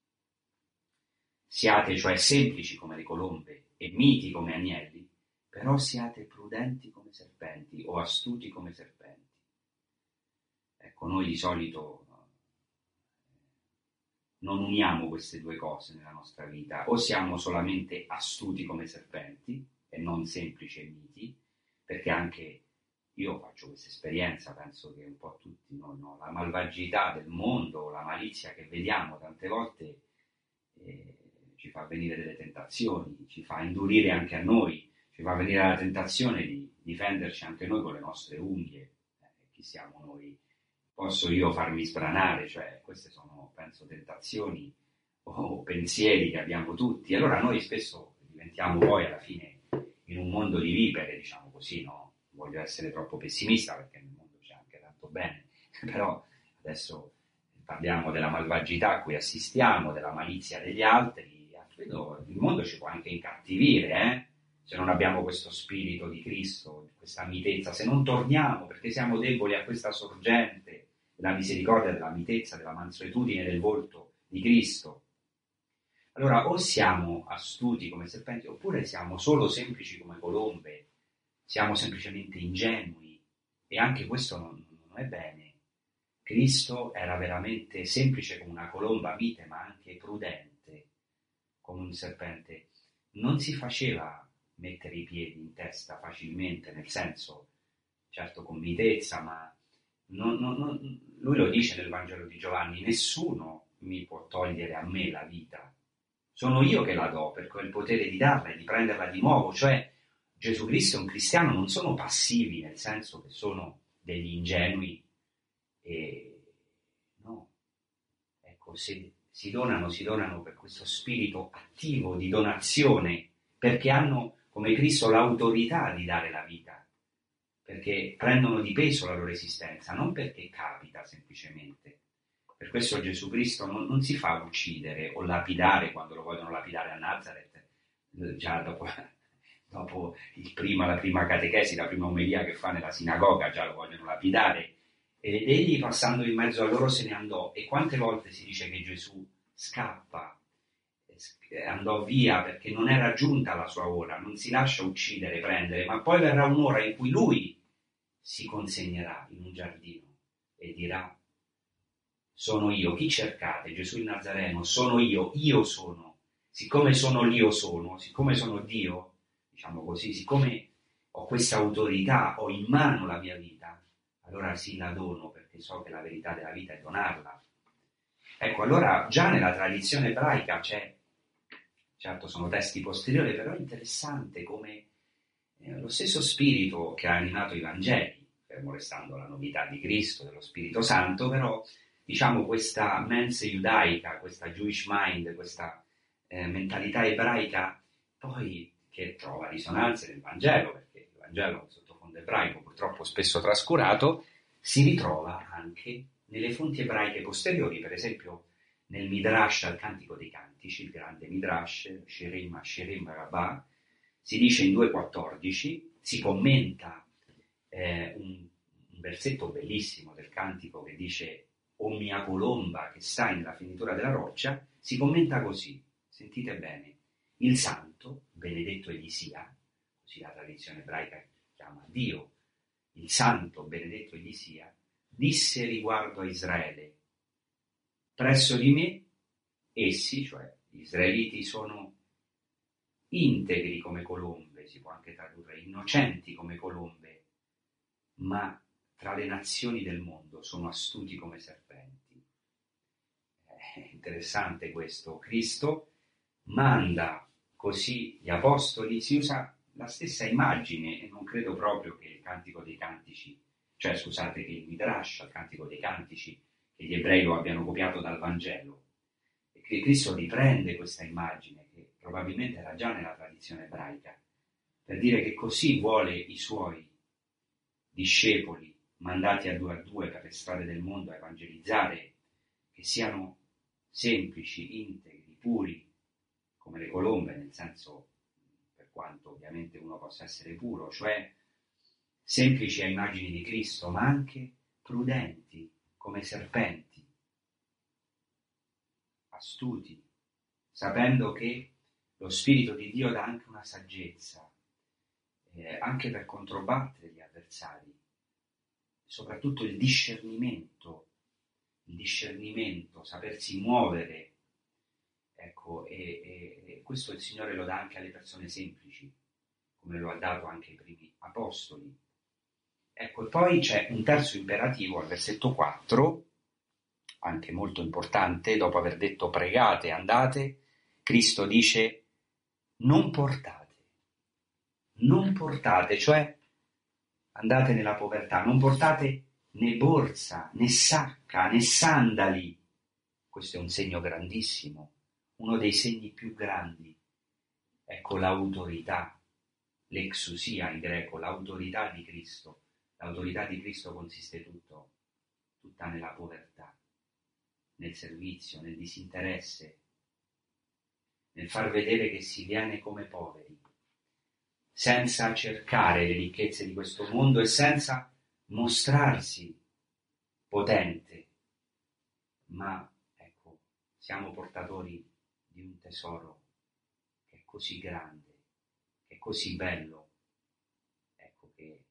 Siate cioè semplici come le colombe e miti come agnelli, però siate prudenti come serpenti o astuti come serpenti. Ecco, noi di solito non uniamo queste due cose nella nostra vita, o siamo solamente astuti come serpenti e non semplici e miti, perché anche io faccio questa esperienza, penso che un po' tutti noi, no? La malvagità del mondo, la malizia che vediamo tante volte eh, ci fa venire delle tentazioni, ci fa indurire anche a noi, ci fa venire la tentazione di difenderci anche noi con le nostre unghie. Eh, chi siamo noi? Posso io farmi sbranare? Cioè, queste sono, penso, tentazioni o pensieri che abbiamo tutti. Allora noi spesso diventiamo poi alla fine in un mondo di vipere, diciamo così, no? Non voglio essere troppo pessimista perché nel mondo c'è anche tanto bene, però adesso parliamo della malvagità a cui assistiamo, della malizia degli altri. Credo il mondo ci può anche incattivire, eh? Se non abbiamo questo spirito di Cristo, questa mitezza, se non torniamo perché siamo deboli a questa sorgente della misericordia, della mitezza, della mansuetudine del volto di Cristo. Allora o siamo astuti come serpenti oppure siamo solo semplici come colombe, siamo semplicemente ingenui, e anche questo non, non è bene. Cristo era veramente semplice come una colomba mite, ma anche prudente come un serpente. Non si faceva mettere i piedi in testa facilmente, nel senso certo con mitezza, ma non, non, non, lui lo dice nel Vangelo di Giovanni: nessuno mi può togliere a me la vita, sono io che la do, perché ho il potere di darla e di prenderla di nuovo. Cioè Gesù Cristo e un cristiano non sono passivi, nel senso che sono degli ingenui, e no, ecco, se si donano, si donano per questo spirito attivo di donazione, perché hanno come Cristo l'autorità di dare la vita, perché prendono di peso la loro esistenza, non perché capita semplicemente. Per questo Gesù Cristo non, non si fa uccidere o lapidare quando lo vogliono lapidare a Nazareth, già dopo, dopo il prima, la prima catechesi, la prima omelia che fa nella sinagoga, già lo vogliono lapidare. Ed egli, passando in mezzo a loro, se ne andò. E quante volte si dice che Gesù scappa, andò via perché non era giunta la sua ora, non si lascia uccidere, prendere, ma poi verrà un'ora in cui lui si consegnerà in un giardino e dirà: sono io, chi cercate? Gesù il Nazareno, sono io, io sono. Siccome sono l'io sono, siccome sono Dio, diciamo così, siccome ho questa autorità, ho in mano la mia vita, allora sì, la dono, perché so che la verità della vita è donarla. Ecco, allora già nella tradizione ebraica c'è, certo sono testi posteriori, però è interessante come eh, lo stesso spirito che ha animato i Vangeli, fermo restando la novità di Cristo, dello Spirito Santo, però diciamo questa mens giudaica, questa Jewish mind, questa eh, mentalità ebraica, poi che trova risonanze nel Vangelo, perché il Vangelo sottofondo ebraico, purtroppo spesso trascurato, si ritrova anche nelle fonti ebraiche posteriori, per esempio nel Midrash al Cantico dei Cantici, il grande Midrash, Shirim Shirim Rabbah, si dice in due quattordici, si commenta eh, un, un versetto bellissimo del Cantico che dice: o mia colomba che stai nella finitura della roccia, si commenta così, sentite bene: il santo, benedetto egli sia, così la tradizione ebraica chiama Dio, il santo, benedetto egli sia, disse riguardo a Israele: presso di me essi, cioè gli israeliti, sono integri come colombe, si può anche tradurre innocenti come colombe, ma tra le nazioni del mondo sono astuti come serpenti. È interessante questo. Cristo manda così gli apostoli, si usa la stessa immagine, e non credo proprio che il Cantico dei Cantici, cioè scusate, che il Midrash, il Cantico dei Cantici, che gli ebrei lo abbiano copiato dal Vangelo, e che Cristo riprende questa immagine, che probabilmente era già nella tradizione ebraica, per dire che così vuole i suoi discepoli, mandati a due a due per le strade del mondo a evangelizzare, che siano semplici, integri, puri, come le colombe, nel senso, per quanto ovviamente uno possa essere puro, cioè semplici a immagini di Cristo, ma anche prudenti, come serpenti, astuti, sapendo che lo Spirito di Dio dà anche una saggezza, eh, anche per controbattere gli avversari, soprattutto il discernimento, il discernimento, sapersi muovere, ecco, e, e, e questo il Signore lo dà anche alle persone semplici, come lo ha dato anche ai primi apostoli. Ecco, e poi c'è un terzo imperativo al versetto quattro, anche molto importante. Dopo aver detto pregate, andate, Cristo dice non portate, non portate, cioè andate nella povertà, non portate né borsa, né sacca, né sandali. Questo è un segno grandissimo, uno dei segni più grandi. Ecco l'autorità, l'exousia in greco, l'autorità di Cristo. L'autorità di Cristo consiste tutto, tutta nella povertà, nel servizio, nel disinteresse, nel far vedere che si viene come poveri, senza cercare le ricchezze di questo mondo e senza mostrarsi potente, ma ecco, siamo portatori di un tesoro che è così grande, che è così bello, ecco, che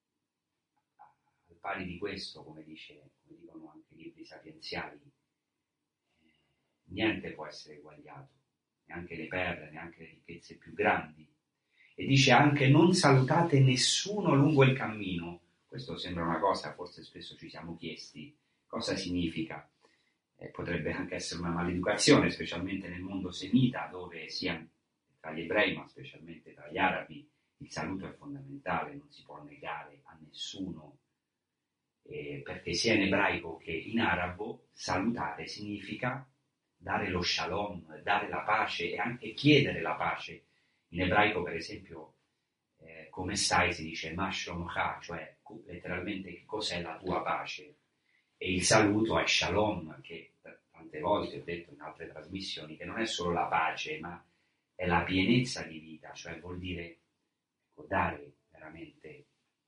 al pari di questo, come dice, come dicono anche i libri sapienziali, eh, niente può essere eguagliato, neanche le perle, neanche le ricchezze più grandi. E dice anche non salutate nessuno lungo il cammino, Questo sembra una cosa, forse spesso ci siamo chiesti, cosa significa? Eh, potrebbe anche essere una maleducazione, specialmente nel mondo semita, dove sia tra gli ebrei, ma specialmente tra gli arabi, il saluto è fondamentale, non si può negare a nessuno, eh, perché sia in ebraico che in arabo salutare significa dare lo shalom, dare la pace e anche chiedere la pace. In ebraico, per esempio, eh, come stai si dice ma shlomcha, cioè letteralmente che cos'è la tua pace, e il saluto è shalom, che tante volte ho detto in altre trasmissioni che non è solo la pace, ma è la pienezza di vita, cioè vuol dire, ecco, dare veramente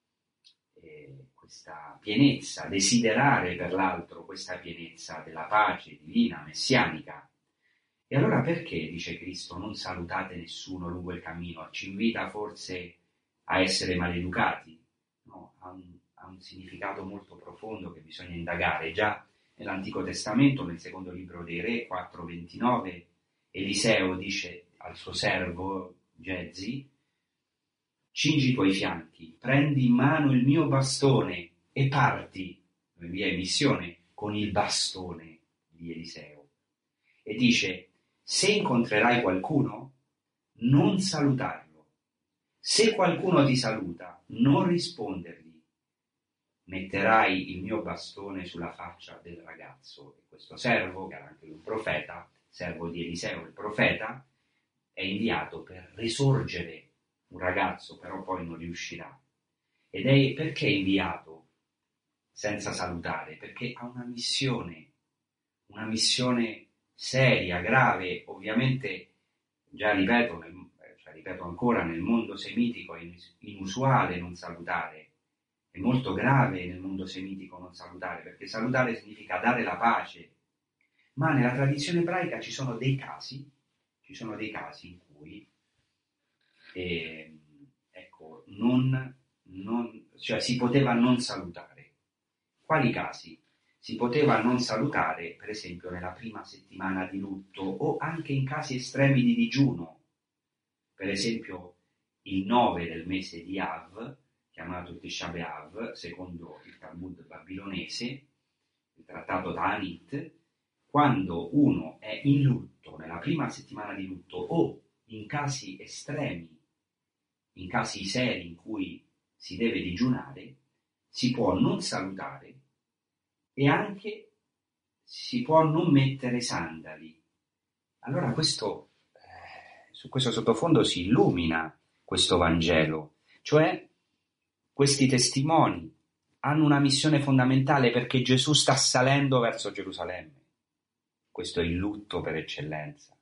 eh, questa pienezza, desiderare per l'altro questa pienezza della pace divina, messianica. E allora perché, dice Cristo, non salutate nessuno lungo il cammino? Ci invita forse a essere maleducati? No, ha un, ha un significato molto profondo che bisogna indagare. Già nell'Antico Testamento, nel secondo libro dei Re, quattro ventinove, Eliseo dice al suo servo Gezi: cingi i tuoi fianchi, prendi in mano il mio bastone e parti, lo invia in missione con il bastone di Eliseo. E dice: se incontrerai qualcuno, non salutarlo. Se qualcuno ti saluta, non rispondergli. Metterai il mio bastone sulla faccia del ragazzo. E questo servo, che era anche un profeta, servo di Eliseo il profeta, è inviato per risorgere un ragazzo, però poi non riuscirà. Ed è perché è inviato senza salutare? Perché ha una missione, una missione seria, grave. Ovviamente, già ripeto, nel, cioè, ripeto ancora, nel mondo semitico è inusuale non salutare, è molto grave nel mondo semitico non salutare, perché salutare significa dare la pace. Ma nella tradizione ebraica ci sono dei casi, ci sono dei casi in cui eh, ecco, non, non, cioè si poteva non salutare. Quali casi? Si poteva non salutare, per esempio, nella prima settimana di lutto o anche in casi estremi di digiuno. Per esempio, il nove del mese di Av, chiamato Tisha B'Av, secondo il Talmud babilonese, il trattato Ta'anit, quando uno è in lutto, nella prima settimana di lutto, o in casi estremi, in casi seri in cui si deve digiunare, si può non salutare e anche si può non mettere sandali. Allora questo, eh, su questo sottofondo si illumina questo Vangelo, cioè questi testimoni hanno una missione fondamentale perché Gesù sta salendo verso Gerusalemme. Questo è il lutto per eccellenza.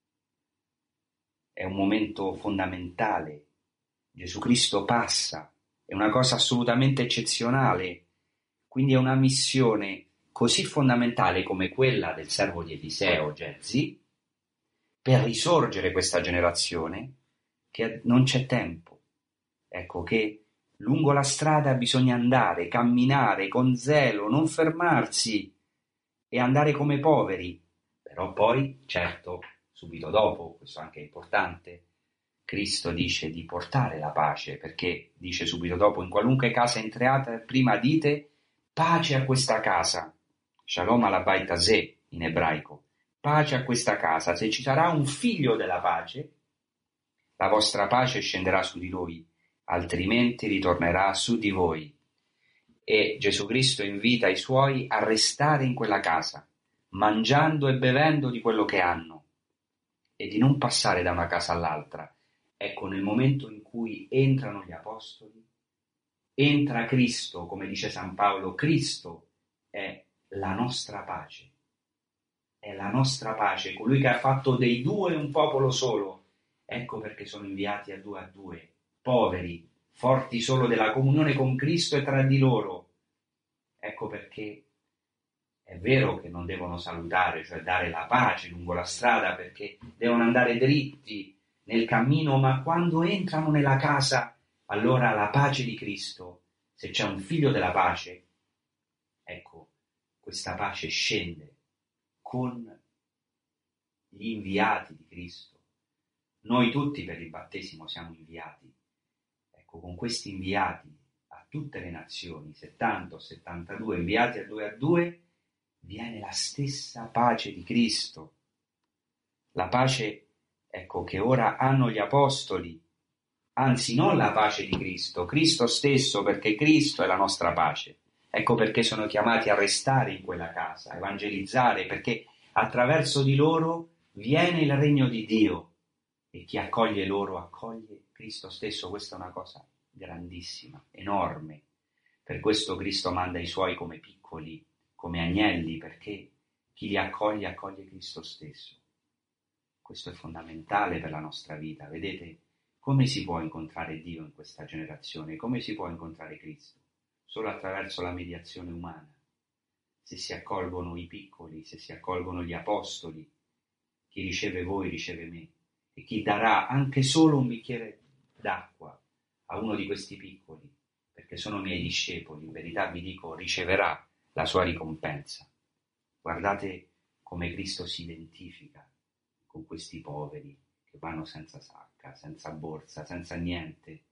È un momento fondamentale. Gesù Cristo passa, è una cosa assolutamente eccezionale, quindi è una missione così fondamentale come quella del servo di Eliseo, Gezi, per risorgere questa generazione, che non c'è tempo. Ecco che lungo la strada bisogna andare, camminare con zelo, non fermarsi e andare come poveri. Però poi, certo, subito dopo, questo anche è importante, Cristo dice di portare la pace, perché dice subito dopo: in qualunque casa entriate, prima dite pace a questa casa, shalom alabayit hazeh in ebraico, pace a questa casa. Se ci sarà un figlio della pace, la vostra pace scenderà su di lui, altrimenti ritornerà su di voi. E Gesù Cristo invita i suoi a restare in quella casa, mangiando e bevendo di quello che hanno, e di non passare da una casa all'altra. Ecco, nel momento in cui entrano gli apostoli, entra Cristo, come dice San Paolo: Cristo è la nostra pace, è la nostra pace, colui che ha fatto dei due un popolo solo. Ecco perché sono inviati a due a due, poveri, forti solo della comunione con Cristo e tra di loro. Ecco perché è vero che non devono salutare, cioè dare la pace lungo la strada, perché devono andare dritti nel cammino, ma quando entrano nella casa, allora la pace di Cristo, se c'è un figlio della pace, ecco, questa pace scende con gli inviati di Cristo. Noi tutti per il battesimo siamo inviati. Ecco, con questi inviati a tutte le nazioni, settanta o settantadue inviati a due a due, viene la stessa pace di Cristo. La pace, ecco, che ora hanno gli apostoli, anzi non la pace di Cristo, Cristo stesso, perché Cristo è la nostra pace. Ecco perché sono chiamati a restare in quella casa, a evangelizzare, perché attraverso di loro viene il regno di Dio e chi accoglie loro accoglie Cristo stesso. Questa è una cosa grandissima, enorme. Per questo Cristo manda i suoi come piccoli, come agnelli, perché chi li accoglie accoglie Cristo stesso. Questo è fondamentale per la nostra vita. Vedete come si può incontrare Dio in questa generazione, come si può incontrare Cristo? Solo attraverso la mediazione umana. Se si accolgono i piccoli, se si accolgono gli apostoli, chi riceve voi riceve me, e chi darà anche solo un bicchiere d'acqua a uno di questi piccoli, perché sono miei discepoli, in verità vi dico, riceverà la sua ricompensa. Guardate come Cristo si identifica con questi poveri che vanno senza sacca, senza borsa, senza niente.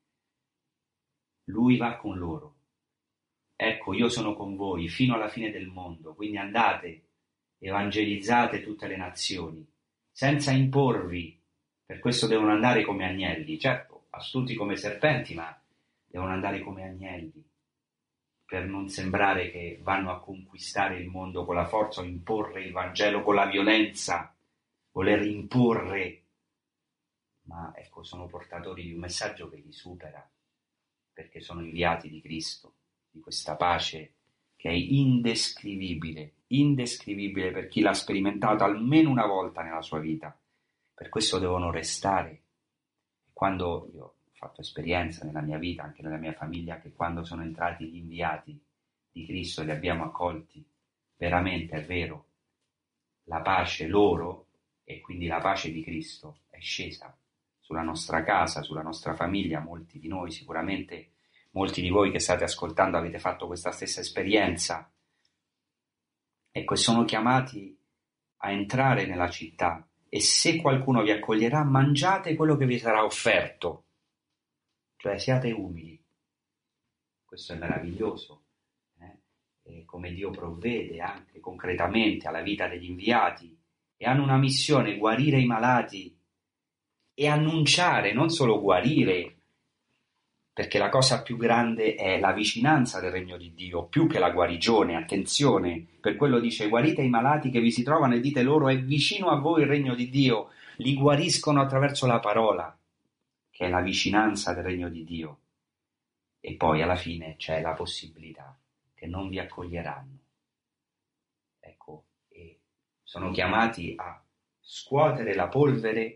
Lui va con loro. Ecco, io sono con voi fino alla fine del mondo, quindi andate, evangelizzate tutte le nazioni, senza imporvi. Per questo devono andare come agnelli, certo, astuti come serpenti, ma devono andare come agnelli, per non sembrare che vanno a conquistare il mondo con la forza o imporre il Vangelo con la violenza, voler imporre. Ma ecco, sono portatori di un messaggio che li supera, perché sono inviati di Cristo, di questa pace che è indescrivibile, indescrivibile per chi l'ha sperimentato almeno una volta nella sua vita. Per questo devono restare. Quando io ho fatto esperienza nella mia vita, anche nella mia famiglia, che quando sono entrati gli inviati di Cristo e li abbiamo accolti, veramente è vero, la pace loro, e quindi la pace di Cristo, è scesa sulla nostra casa, sulla nostra famiglia. Molti di noi, sicuramente molti di voi che state ascoltando avete fatto questa stessa esperienza. Ecco, e sono chiamati a entrare nella città, e se qualcuno vi accoglierà, mangiate quello che vi sarà offerto, cioè siate umili. Questo è meraviglioso, eh? E come Dio provvede anche concretamente alla vita degli inviati, e hanno una missione: guarire i malati e annunciare, non solo guarire, perché la cosa più grande è la vicinanza del regno di Dio, più che la guarigione. Attenzione, per quello dice: guarite i malati che vi si trovano e dite loro è vicino a voi il regno di Dio. Li guariscono attraverso la parola, che è la vicinanza del regno di Dio. E poi alla fine c'è la possibilità che non vi accoglieranno. Ecco, e sono chiamati a scuotere la polvere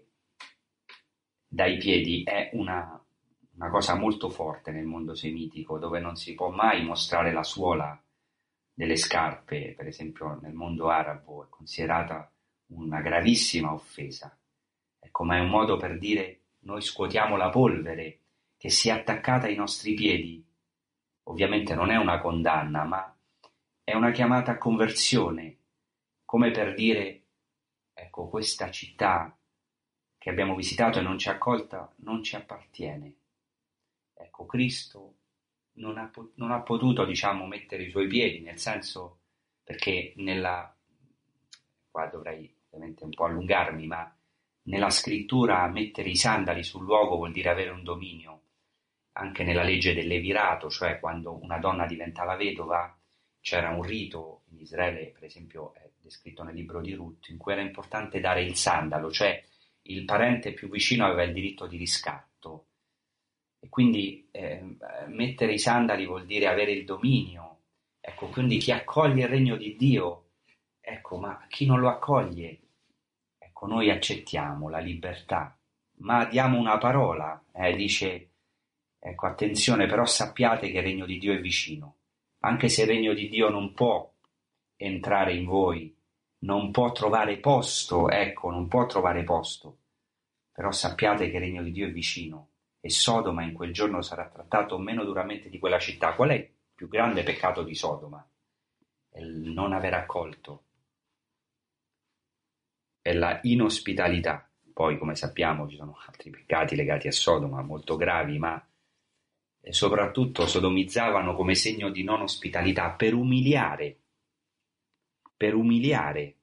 dai piedi. È una una cosa molto forte nel mondo semitico, dove non si può mai mostrare la suola delle scarpe. Per esempio nel mondo arabo è considerata una gravissima offesa. Ecco, ma è un modo per dire: noi scuotiamo la polvere che si è attaccata ai nostri piedi. Ovviamente non è una condanna, ma è una chiamata a conversione, come per dire: ecco, questa città che abbiamo visitato e non ci ha accolta non ci appartiene. Ecco, Cristo non ha, non ha potuto, diciamo, mettere i suoi piedi, nel senso, perché nella, qua dovrei ovviamente un po' allungarmi, ma nella scrittura mettere i sandali sul luogo vuol dire avere un dominio. Anche nella legge del levirato, cioè quando una donna diventava vedova, c'era un rito in Israele, per esempio è descritto nel libro di Ruth, in cui era importante dare il sandalo, cioè il parente più vicino aveva il diritto di riscatto. E quindi eh, mettere i sandali vuol dire avere il dominio. Ecco, quindi chi accoglie il regno di Dio, ecco, ma chi non lo accoglie? Ecco, noi accettiamo la libertà, ma diamo una parola, eh, dice, ecco, attenzione, però sappiate che il regno di Dio è vicino. Anche se il regno di Dio non può entrare in voi, non può trovare posto, ecco, non può trovare posto, però sappiate che il regno di Dio è vicino. E Sodoma in quel giorno sarà trattato meno duramente di quella città. Qual è il più grande peccato di Sodoma? È il non aver accolto, è la inospitalità. Poi, come sappiamo, ci sono altri peccati legati a Sodoma molto gravi, ma e soprattutto sodomizzavano come segno di non ospitalità per umiliare, per umiliare,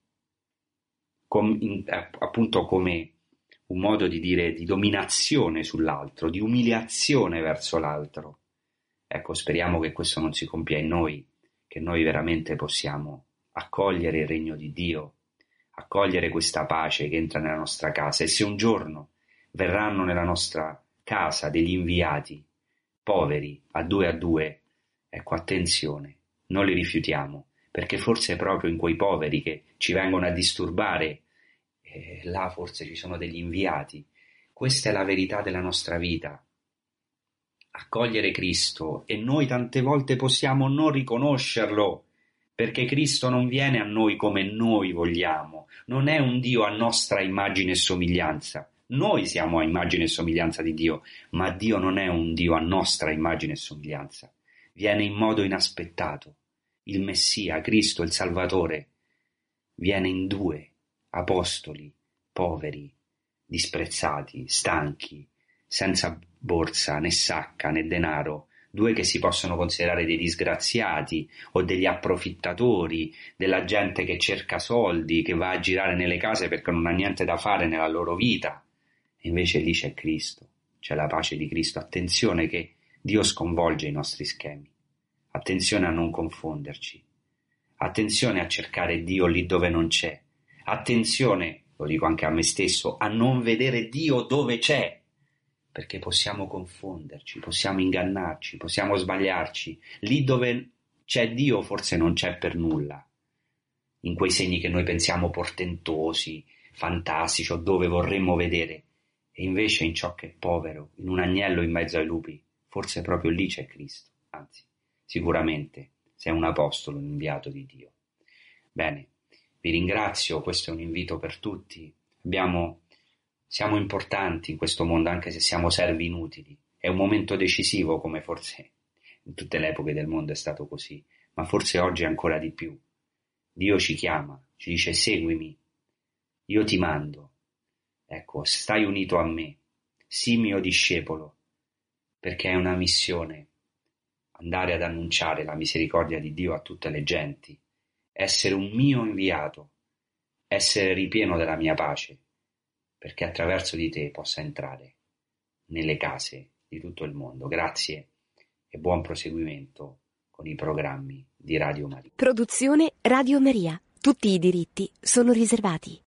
com, in, appunto come un modo di dire di dominazione sull'altro, di umiliazione verso l'altro. Ecco, speriamo che questo non si compia in noi, che noi veramente possiamo accogliere il regno di Dio, accogliere questa pace che entra nella nostra casa. E se un giorno verranno nella nostra casa degli inviati poveri, a due a due, ecco, attenzione, non li rifiutiamo, perché forse è proprio in quei poveri che ci vengono a disturbare, eh, là forse ci sono degli inviati. Questa è la verità della nostra vita. Accogliere Cristo, e noi tante volte possiamo non riconoscerlo, perché Cristo non viene a noi come noi vogliamo, non è un Dio a nostra immagine e somiglianza. Noi siamo a immagine e somiglianza di Dio, ma Dio non è un Dio a nostra immagine e somiglianza. Viene in modo inaspettato. Il Messia, Cristo, il Salvatore, viene in due, apostoli, poveri, disprezzati, stanchi, senza borsa né sacca né denaro, due che si possono considerare dei disgraziati o degli approfittatori, della gente che cerca soldi, che va a girare nelle case perché non ha niente da fare nella loro vita. E invece lì c'è Cristo, c'è la pace di Cristo. Attenzione che Dio sconvolge i nostri schemi. Attenzione a non confonderci. Attenzione a cercare Dio lì dove non c'è. Attenzione, lo dico anche a me stesso, a non vedere Dio dove c'è. Perché possiamo confonderci, possiamo ingannarci, possiamo sbagliarci. Lì dove c'è Dio forse non c'è per nulla. In quei segni che noi pensiamo portentosi, fantastici o dove vorremmo vedere. E invece in ciò che è povero, in un agnello in mezzo ai lupi, forse proprio lì c'è Cristo. Anzi, sicuramente sei un apostolo, un inviato di Dio. Bene, vi ringrazio, questo è un invito per tutti. Abbiamo... Siamo importanti in questo mondo, anche se siamo servi inutili. È un momento decisivo, come forse in tutte le epoche del mondo è stato così, ma forse oggi ancora di più. Dio ci chiama, ci dice: seguimi, io ti mando. Ecco, stai unito a me, sii mio discepolo, perché è una missione andare ad annunciare la misericordia di Dio a tutte le genti, essere un mio inviato, essere ripieno della mia pace, perché attraverso di te possa entrare nelle case di tutto il mondo. Grazie e buon proseguimento con i programmi di Radio Maria. Produzione Radio Maria. Tutti i diritti sono riservati.